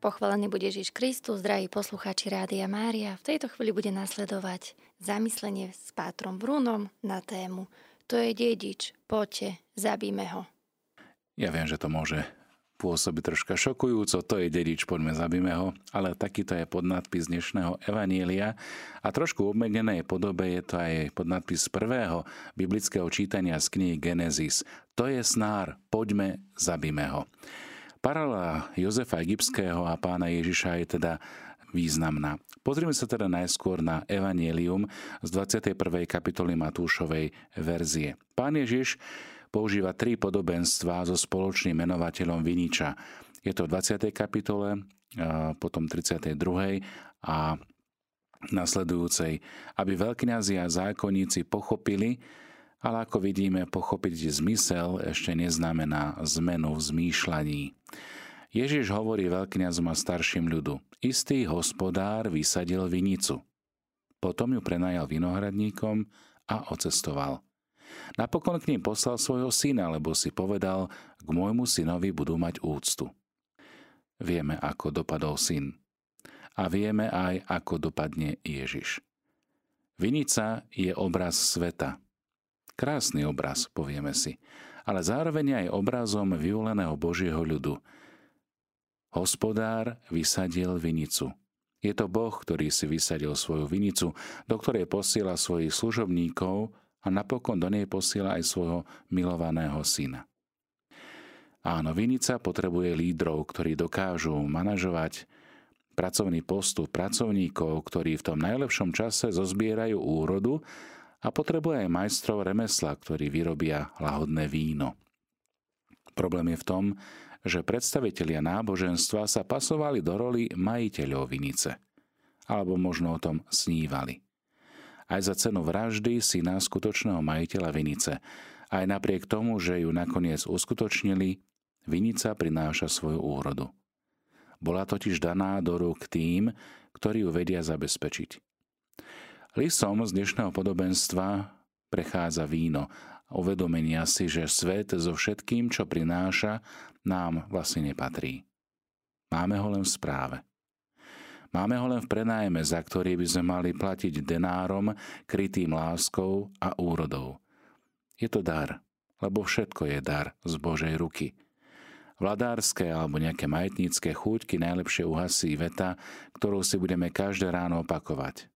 Pochválený bude Ježiš Kristus, drahí poslucháči Rádia Mária. V tejto chvíli bude nasledovať zamyslenie s pátrom Brunom na tému To je dedič, poďte, zabíme ho. Ja viem, že to môže pôsobiť troška šokujúco, to je dedič, poďme, zabíme ho, ale takýto je podnadpis dnešného evanielia a trošku obmenenej podobe je to aj podnadpis prvého biblického čítania z knihy Genesis. To je snár, poďme, zabíme ho. Paralela Jozefa Egyptského a pána Ježiša je teda významná. Pozrime sa teda najskôr na Evangelium z 21. kapitoly Matúšovej verzie. Pán Ježiš používa 3 podobenstvá so spoločným menovateľom viniča. Je to v 20. kapitole, potom 32. a nasledujúcej, aby veľkňazi a zákonníci pochopili, ale ako vidíme, pochopiť zmysel ešte neznamená zmenu v zmýšľaní. Ježiš hovorí veľkňazom a starším ľudu. Istý hospodár vysadil vinicu. Potom ju prenajal vinohradníkom a odcestoval. Napokon k nim poslal svojho syna, lebo si povedal, k môjmu synovi budú mať úctu. Vieme, ako dopadol syn. A vieme aj, ako dopadne Ježiš. Vinica je obraz sveta. Krásny obraz, povieme si, ale zároveň aj obrazom vyvoleného Božieho ľudu. Hospodár vysadil vinicu. Je to Boh, ktorý si vysadil svoju vinicu, do ktorej posiela svojich služobníkov a napokon do nej posiela aj svojho milovaného syna. Áno, vinica potrebuje lídrov, ktorí dokážu manažovať pracovný postup pracovníkov, ktorí v tom najlepšom čase zozbierajú úrodu, a potrebuje aj majstrov remesla, ktorí vyrobia lahodné víno. Problém je v tom, že predstavitelia náboženstva sa pasovali do roli majiteľov vinice. Alebo možno o tom snívali. Aj za cenu vraždy syna skutočného majiteľa vinice. Aj napriek tomu, že ju nakoniec uskutočnili, vinica prináša svoju úrodu. Bola totiž daná do rúk tým, ktorí ju vedia zabezpečiť. Lisom z dnešného podobenstva prechádza víno a uvedomenia si, že svet so všetkým, čo prináša, nám vlastne nepatrí. Máme ho len v správe. Máme ho len v prenájme, za ktorý by sme mali platiť denárom, krytým láskou a úrodou. Je to dar, lebo všetko je dar z Božej ruky. Vladárske alebo nejaké majetnícke chúťky najlepšie uhasí veta, ktorú si budeme každé ráno opakovať.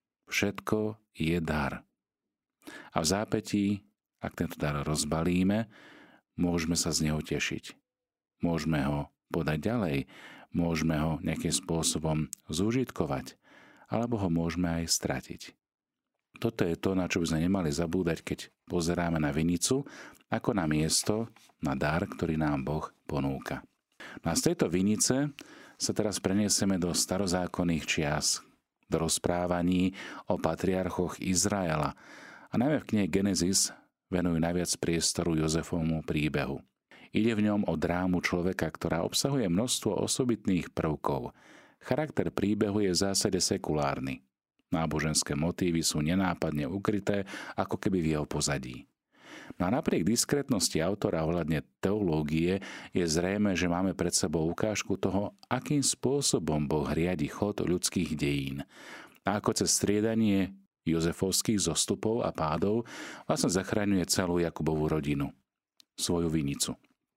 Všetko je dar. A v zápätí, ak tento dar rozbalíme, môžeme sa z neho tešiť. Môžeme ho podať ďalej, môžeme ho nejakým spôsobom zúžitkovať, alebo ho môžeme aj stratiť. Toto je to, na čo by sme nemali zabúdať, keď pozeráme na vinicu, ako na miesto, na dar, ktorý nám Boh ponúka. No a z tejto vinice sa teraz preniesieme do starozákonných čias, do rozprávaní o patriarchoch Izraela. A najmä v knihe Genesis venujú najviac priestoru Jozefovmu príbehu. Ide v ňom o drámu človeka, ktorá obsahuje množstvo osobitných prvkov. Charakter príbehu je v zásade sekulárny. Náboženské motívy sú nenápadne ukryté, ako keby v jeho pozadí. No a napriek diskrétnosti autora ohľadne teológie je zrejme, že máme pred sebou ukážku toho, akým spôsobom Boh riadi chod ľudských dejín. A ako cez striedanie jozefovských zostupov a pádov vlastne zachraňuje celú Jakubovú rodinu, svoju vinicu.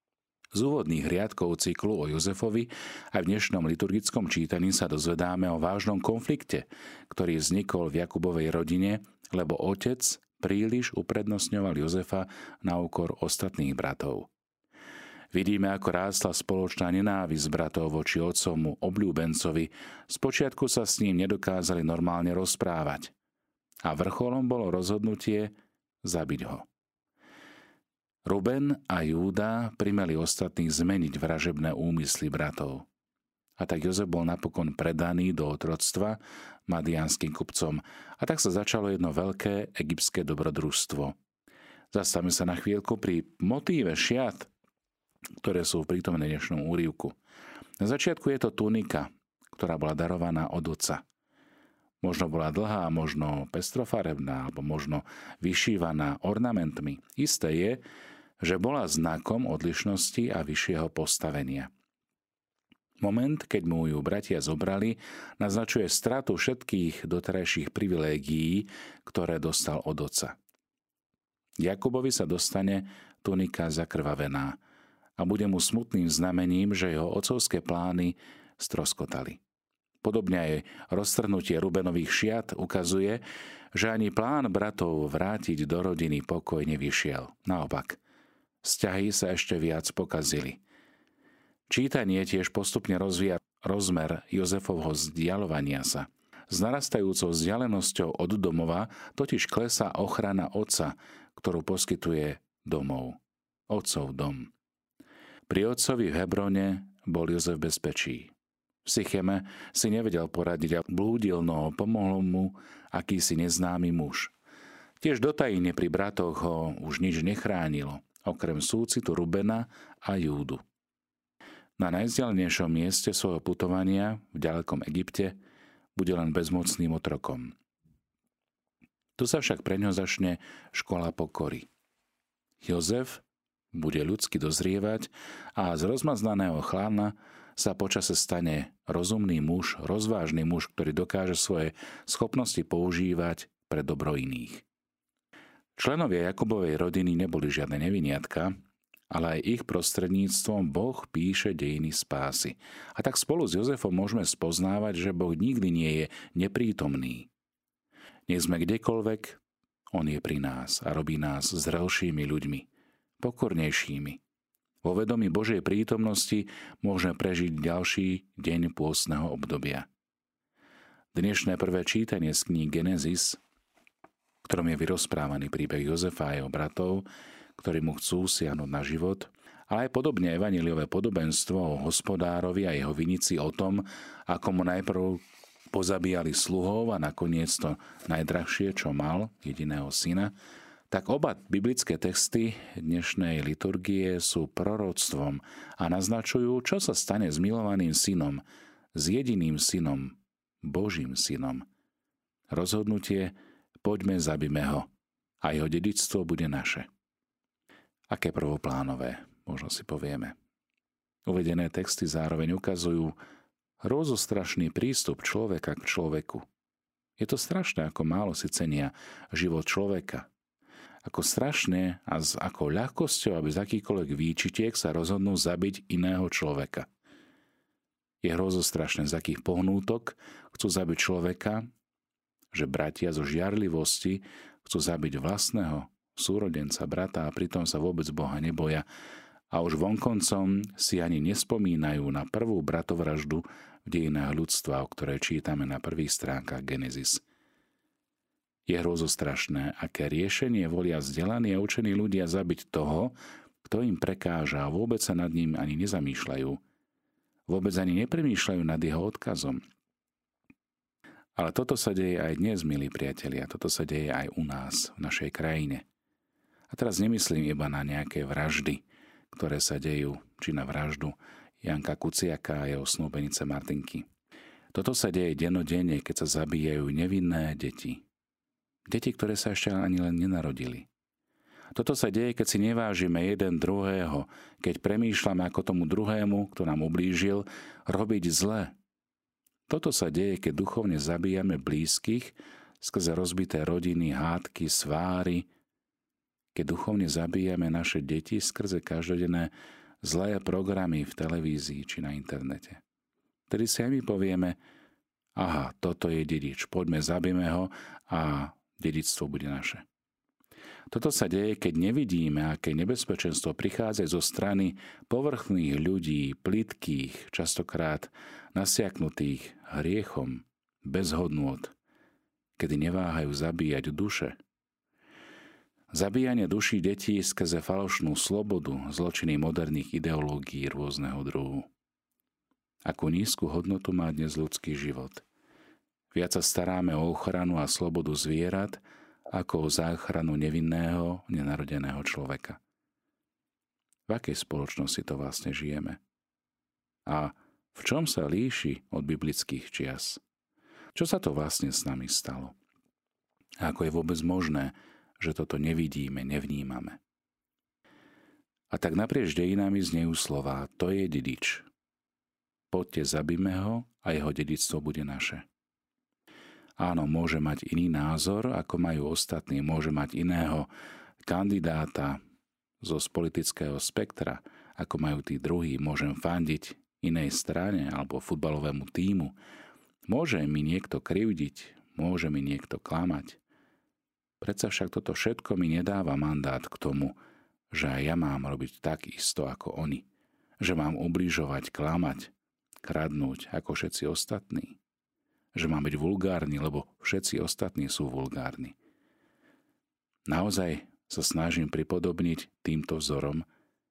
Z úvodných riadkov cyklu o Jozefovi aj v dnešnom liturgickom čítaní sa dozvedáme o vážnom konflikte, ktorý vznikol v Jakubovej rodine, lebo otec príliš uprednostňoval Jozefa na úkor ostatných bratov. Vidíme, ako rástla spoločná nenávisť bratov voči otcovmu obľúbencovi. Spočiatku sa s ním nedokázali normálne rozprávať. A vrcholom bolo rozhodnutie zabiť ho. Ruben a Júda primeli ostatných zmeniť vražebné úmysly bratov. A tak Jozef bol napokon predaný do otroctva madiánskym kupcom. A tak sa začalo jedno veľké egyptské dobrodružstvo. Zastavme sa na chvíľku pri motíve šiat, ktoré sú prítomné v dnešnom úryvku. Na začiatku je to tunika, ktorá bola darovaná od otca. Možno bola dlhá, možno pestrofarebná, alebo možno vyšívaná ornamentmi. Isté je, že bola znakom odlišnosti a vyššieho postavenia. Moment, keď mu ju bratia zobrali, naznačuje stratu všetkých doterajších privilégií, ktoré dostal od otca. Jakubovi sa dostane tunika zakrvavená a bude mu smutným znamením, že jeho otcovské plány stroskotali. Podobne aj roztrhnutie Rubenových šiat ukazuje, že ani plán bratov vrátiť do rodiny pokoj nevyšiel. Naopak, vzťahy sa ešte viac pokazili. Čítanie tiež postupne rozvíja rozmer Jozefovho vzdialovania sa. S narastajúcou vzdialenosťou od domova totiž klesá ochrana otca, ktorú poskytuje domov. Otcov dom. Pri otcovi v Hebrone bol Jozef v bezpečí. V Sycheme si nevedel poradiť a blúdil, no pomohol mu akýsi neznámy muž. Tiež do tajiny pri bratoch ho už nič nechránilo, okrem súcitu Rubena a Júdu. Na najvzdialenejšom mieste svojho putovania v ďalekom Egypte bude len bezmocným otrokom. Tu sa však preňho začne škola pokory. Jozef bude ľudsky dozrievať a z rozmaznaného chlana sa počase stane rozumný muž, rozvážny muž, ktorý dokáže svoje schopnosti používať pre dobro iných. Členovia Jakubovej rodiny neboli žiadne neviniatka, ale aj ich prostredníctvom Boh píše dejiny spásy. A tak spolu s Jozefom môžeme spoznávať, že Boh nikdy nie je neprítomný. Nech sme kdekoľvek, on je pri nás a robí nás zrelšími ľuďmi, pokornejšími. Vo vedomí Božej prítomnosti môžeme prežiť ďalší deň pôstneho obdobia. Dnešné prvé čítanie z kníh Genesis, v ktorom je vyrozprávaný príbeh Jozefa a jeho bratov, ktorí mu chcú siahnuť na život, ale aj podobne evanjeliové podobenstvo o hospodárovi a jeho vinici o tom, ako mu najprv pozabíjali sluhov a nakoniec to najdrahšie, čo mal, jediného syna, tak oba biblické texty dnešnej liturgie sú proroctvom a naznačujú, čo sa stane s milovaným synom, s jediným synom, Božím synom. Rozhodnutie, poďme, zabíme ho a jeho dedičstvo bude naše. Aké prvoplánové, možno si povieme. Uvedené texty zároveň ukazujú hrozostrašný prístup človeka k človeku. Je to strašné, ako málo si cenia život človeka. Ako strašné a s akou ľahkosťou a bez akýchkoľvek výčitiek sa rozhodnú zabiť iného človeka. Je hrozostrašné, z akých pohnútok chcú zabiť človeka, že bratia zo žiarlivosti chcú zabiť vlastného súrodenca, brata a pritom sa vôbec Boha neboja a už vonkoncom si ani nespomínajú na prvú bratovraždu v dejinách ľudstva, o ktorej čítame na prvých stránkach Genesis. Je hrozostrašné, aké riešenie volia vzdelaní a učení ľudia zabiť toho, kto im prekáža a vôbec sa nad ním ani nezamýšľajú. Vôbec ani nepremýšľajú nad jeho odkazom. Ale toto sa deje aj dnes, milí priatelia, toto sa deje aj u nás, v našej krajine. A teraz nemyslím iba na nejaké vraždy, ktoré sa dejú, či na vraždu Janka Kuciaka a jeho snúbenice Martinky. Toto sa deje dennodenne, keď sa zabíjajú nevinné deti. Deti, ktoré sa ešte ani len nenarodili. Toto sa deje, keď si nevážime jeden druhého, keď premýšľame, ako tomu druhému, kto nám ublížil, robiť zle. Toto sa deje, keď duchovne zabíjame blízkych skrze rozbité rodiny, hádky, sváry, keď duchovne zabíjame naše deti skrze každodenné zlé programy v televízii či na internete. Tedy si aj my povieme, aha, toto je dedič, poďme, zabijeme ho a dedičstvo bude naše. Toto sa deje, keď nevidíme, aké nebezpečenstvo prichádza zo strany povrchných ľudí, plytkých, častokrát nasiaknutých hriechom, bez hodnôt, kedy neváhajú zabíjať duše. Zabíjanie duší detí skrze falošnú slobodu, zločiny moderných ideológií rôzneho druhu. Akú nízku hodnotu má dnes ľudský život. Viac sa staráme o ochranu a slobodu zvierat, ako o záchranu nevinného, nenarodeného človeka. V akej spoločnosti to vlastne žijeme? A v čom sa líši od biblických čias? Čo sa to vlastne s nami stalo? A ako je vôbec možné, že toto nevidíme, nevnímame? A tak naprieč dejinami znejú slová, to je dedič. poďte, zabíme ho a jeho dedičstvo bude naše. Áno, môže mať iný názor, ako majú ostatní, môže mať iného kandidáta z politického spektra, ako majú tí druhí, môžem fandiť inej strane alebo futbalovému tímu. Môže mi niekto krivdiť, môže mi niekto klamať. Predsa však toto všetko mi nedáva mandát k tomu, že aj ja mám robiť tak isto ako oni. Že mám ubližovať, klamať, kradnúť ako všetci ostatní. Že mám byť vulgárny, lebo všetci ostatní sú vulgárni. Naozaj sa snažím pripodobniť týmto vzorom.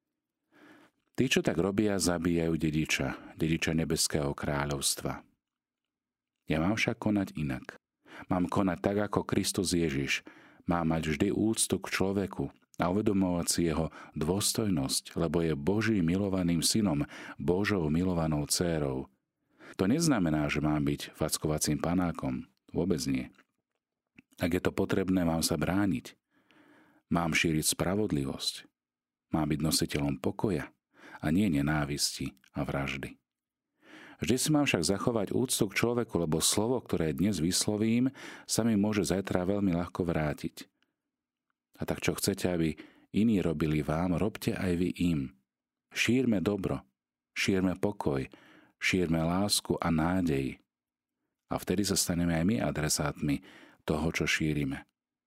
Tí, čo tak robia, zabíjajú dediča nebeského kráľovstva. Ja mám však konať inak. Mám konať tak, ako Kristus Ježiš. Mám mať vždy úctu k človeku a uvedomovať si jeho dôstojnosť, lebo je Božím milovaným synom, Božou milovanou dcérou. To neznamená, že mám byť fackovacím panákom. Vôbec nie. Ak je to potrebné, mám sa brániť. Mám šíriť spravodlivosť. Mám byť nositeľom pokoja a nie nenávisti a vraždy. Vždy si mám však zachovať úctu k človeku, lebo slovo, ktoré dnes vyslovím, sa mi môže zajtra veľmi ľahko vrátiť. A tak čo chcete, aby iní robili vám, robte aj vy im. Šírme dobro, šírme pokoj, šírme lásku a nádej. A vtedy sa staneme aj my adresátmi toho, čo šírime.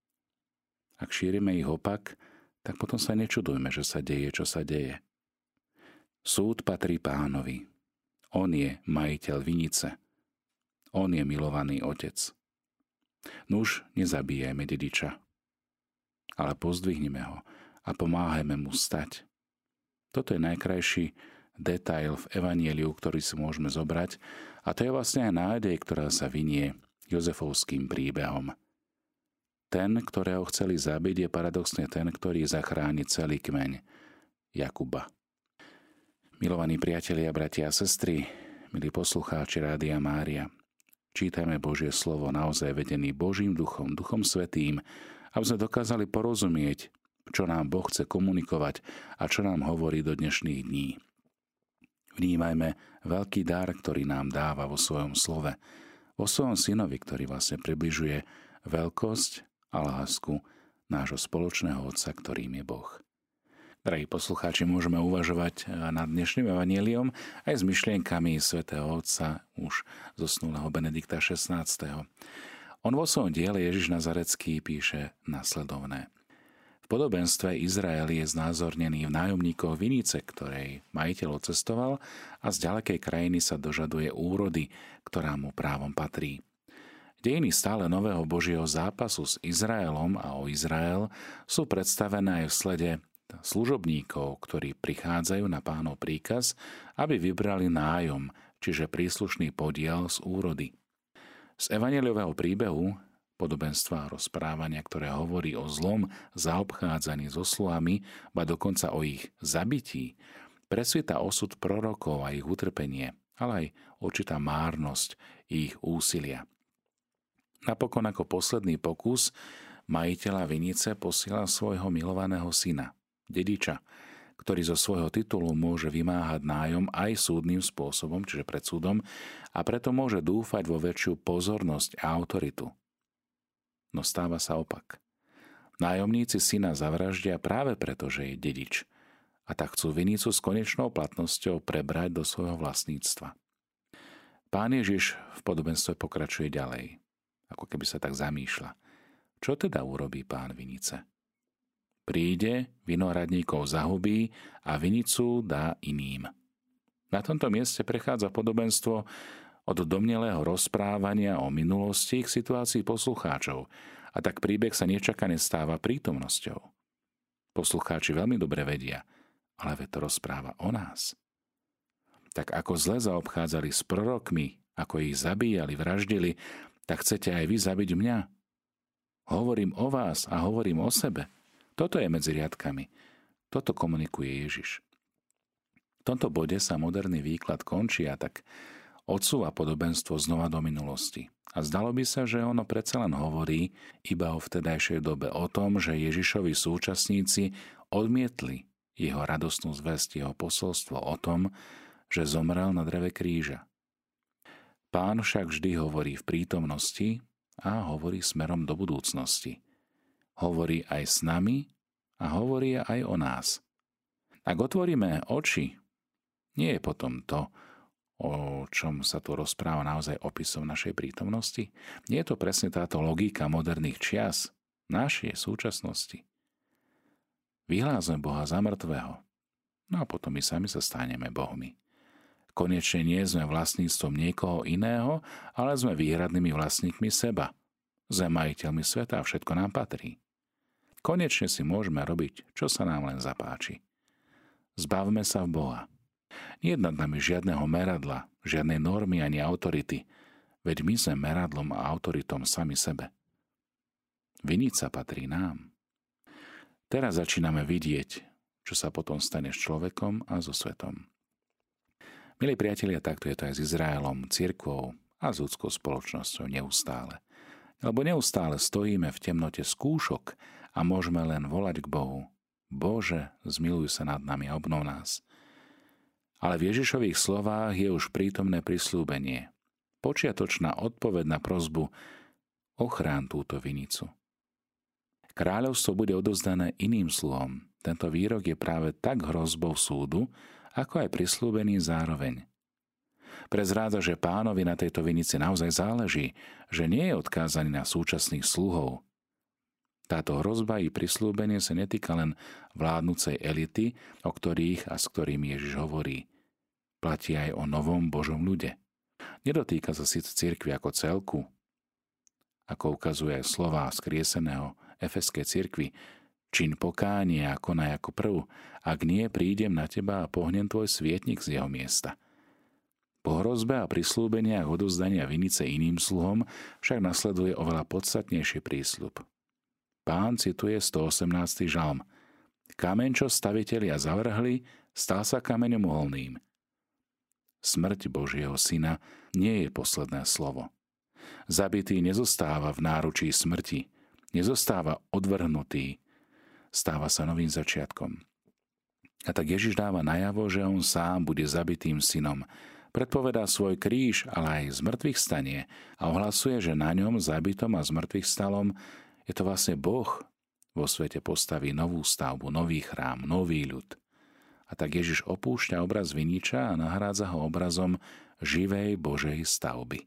Ak šírime ich opak, tak potom sa nečudujme, že sa deje, čo sa deje. Súd patrí Pánovi. On je majiteľ vinice. On je milovaný otec. Nuž, nezabíjajme dediča, ale pozdvihnime ho a pomáhajme mu stať. Toto je najkrajší detail v Evanjeliu, ktorý si môžeme zobrať, a to je vlastne aj nádej, ktorá sa vinie Jozefovským príbehom. Ten, ktorého chceli zabiť, je paradoxne ten, ktorý zachráni celý kmeň Jakuba. Milovaní priatelia, bratia a sestry, milí poslucháči Rádia Mária, čítame Božie slovo naozaj vedený Božím duchom, Duchom Svätým, aby sme dokázali porozumieť, čo nám Boh chce komunikovať a čo nám hovorí do dnešných dní. Vnímajme veľký dar, ktorý nám dáva vo svojom slove, vo svojom synovi, ktorý vlastne približuje veľkosť a lásku nášho spoločného Otca, ktorým je Boh. Drahí poslucháči, môžeme uvažovať nad dnešným evanjeliom aj s myšlienkami svätého Otca, už zosnulého Benedikta XVI. On vo svojom diele Ježiš Nazarecký píše nasledovné. V podobenstve Izrael je znázornený v nájomníkoch vinice, ktorej majiteľ odcestoval a z ďalekej krajiny sa dožaduje úrody, ktorá mu právom patrí. Dejiny stále nového Božieho zápasu s Izraelom a o Izrael sú predstavené aj v slede služobníkov, ktorí prichádzajú na Pánov príkaz, aby vybrali nájom, čiže príslušný podiel z úrody. Z evanjeliového príbehu, podobenstva a rozprávania, ktoré hovorí o zlom zaobchádzaní so sluhami, ba dokonca o ich zabití, presvíta osud prorokov a ich utrpenie, ale aj určitá márnosť ich úsilia. Napokon ako posledný pokus majiteľa vinice posiela svojho milovaného syna, dediča, ktorý zo svojho titulu môže vymáhať nájom aj súdnym spôsobom, čiže pred súdom, a preto môže dúfať vo väčšiu pozornosť a autoritu. No stáva sa opak. Nájomníci syna zavraždia práve preto, že je dedič, a tak chcú vinicu s konečnou platnosťou prebrať do svojho vlastníctva. Pán Ježiš v podobenstve pokračuje ďalej, ako keby sa tak zamýšľa. Čo teda urobí pán vinice? Príde, vinohradníkov zahubí a vinicu dá iným. Na tomto mieste prechádza podobenstvo od domnelého rozprávania o minulosti k situácii poslucháčov, a tak príbeh sa nečakane stáva prítomnosťou. Poslucháči veľmi dobre vedia, ale veď to rozpráva o nás. Tak ako zle zaobchádzali s prorokmi, ako ich zabíjali, vraždili, tak chcete aj vy zabiť mňa? Hovorím o vás a hovorím o sebe. Toto je medzi riadkami. Toto komunikuje Ježiš. V tomto bode sa moderný výklad končí a tak odsúva podobenstvo znova do minulosti. A zdalo by sa, že ono predsa len hovorí iba o vtedajšej dobe o tom, že Ježišovi súčasníci odmietli jeho radostnú zvesť, jeho posolstvo o tom, že zomrel na dreve kríža. Pán však vždy hovorí v prítomnosti a hovorí smerom do budúcnosti. Hovorí aj s nami a hovorí aj o nás. Ak otvoríme oči, nie je potom to, o čom sa tu rozpráva, naozaj opisom našej prítomnosti? Nie je to presne táto logika moderných čias, našej súčasnosti? Vyhlásme Boha za mŕtvého, no a potom my sami sa staneme Bohmi. Konečne nie sme vlastníctvom niekoho iného, ale sme výhradnými vlastníkmi seba. Sme majiteľmi sveta a všetko nám patrí. Konečne si môžeme robiť, čo sa nám len zapáči. Zbavme sa v Boha. Nie je nad nami žiadneho meradla, žiadnej normy ani autority, veď my sme meradlom a autoritom sami sebe. Vinica patrí nám. Teraz začíname vidieť, čo sa potom stane s človekom a so svetom. Milí priatelia, takto je to aj s Izraelom, cirkvou a s ľudskou spoločnosťou neustále. Lebo neustále stojíme v temnote skúšok a môžeme len volať k Bohu. Bože, zmiluj sa nad nami a obnov nás. Ale v Ježišových slovách je už prítomné prisľúbenie. Počiatočná odpoveď na prosbu: ochrán túto vinicu. Kráľovstvo bude odovzdané iným sluhom. Tento výrok je práve tak hrozbou súdu, ako aj prisľúbený zároveň. Prezrádza, že Pánovi na tejto vinici naozaj záleží, že nie je odkázaný na súčasných sluhov. Táto hrozba i prisľúbenie sa netýka len vládnucej elity, o ktorých a s ktorými Ježiš hovorí. Platí aj o novom Božom ľude. Nedotýka sa síce cirkvi ako celku, ako ukazuje aj slová skrieseného Efeskej cirkvi: čiň pokánie a konaj ako prv, ak nie, prídem na teba a pohnem tvoj svietnik z jeho miesta. Po hrozbe a prislúbeniach odovzdania vinice iným sluhom však nasleduje oveľa podstatnejší prísľub. Pán cituje 118. žalm: kameň, čo stavitelia zavrhli, stal sa kameňom uholným. Smrť Božieho syna nie je posledné slovo. Zabitý nezostáva v náručí smrti, nezostáva odvrhnutý, stáva sa novým začiatkom. A tak Ježiš dáva najavo, že on sám bude zabitým synom. Predpovedá svoj kríž, ale aj zmrtvých stanie a ohlasuje, že na ňom, zabitom a zmrtvých stalom, je to vlastne Boh vo svete postaví novú stavbu, nový chrám, nový ľud. A tak Ježiš opúšťa obraz viniča a nahrádza ho obrazom živej Božej stavby.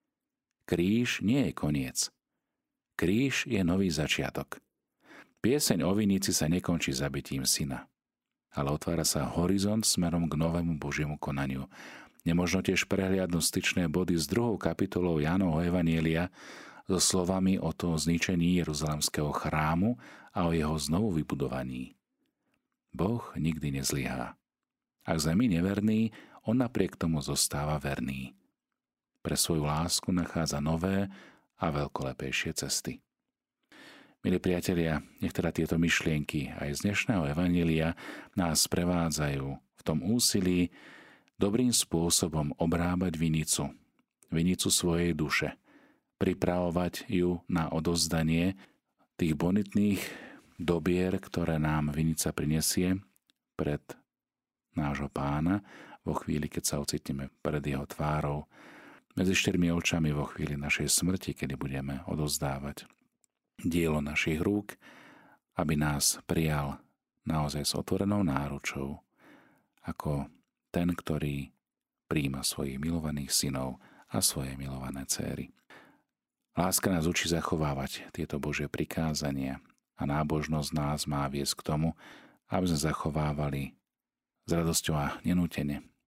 Kríž nie je koniec. Kríž je nový začiatok. Pieseň o vinici sa nekončí zabitím syna, ale otvára sa horizont smerom k novému Božiemu konaniu. Nemožno tiež prehliadnúť styčné body s 2. kapitolou Jánovho evanjelia so slovami o tom zničení Jeruzalemského chrámu a o jeho znovu vybudovaní. Boh nikdy nezlyhá. Ak sme my neverní, on napriek tomu zostáva verný. Pre svoju lásku nachádza nové a veľkolepejšie cesty. Milí priatelia, nech teda tieto myšlienky aj z dnešného evanjelia nás prevádzajú v tom úsilí dobrým spôsobom obrábať vinicu svojej duše, pripravovať ju na odozdanie tých bonitných dobier, ktoré nám vinica prinesie pred nášho Pána vo chvíli, keď sa ocitneme pred jeho tvárou, medzi štyrmi očami vo chvíli našej smrti, kedy budeme odozdávať dielo našich rúk, aby nás prijal naozaj s otvorenou náručou, ako ten, ktorý prijíma svojich milovaných synov a svoje milované céry. Láska nás učí zachovávať tieto Božie prikázania a nábožnosť nás má viesť k tomu, aby sme zachovávali s radosťou a nenútene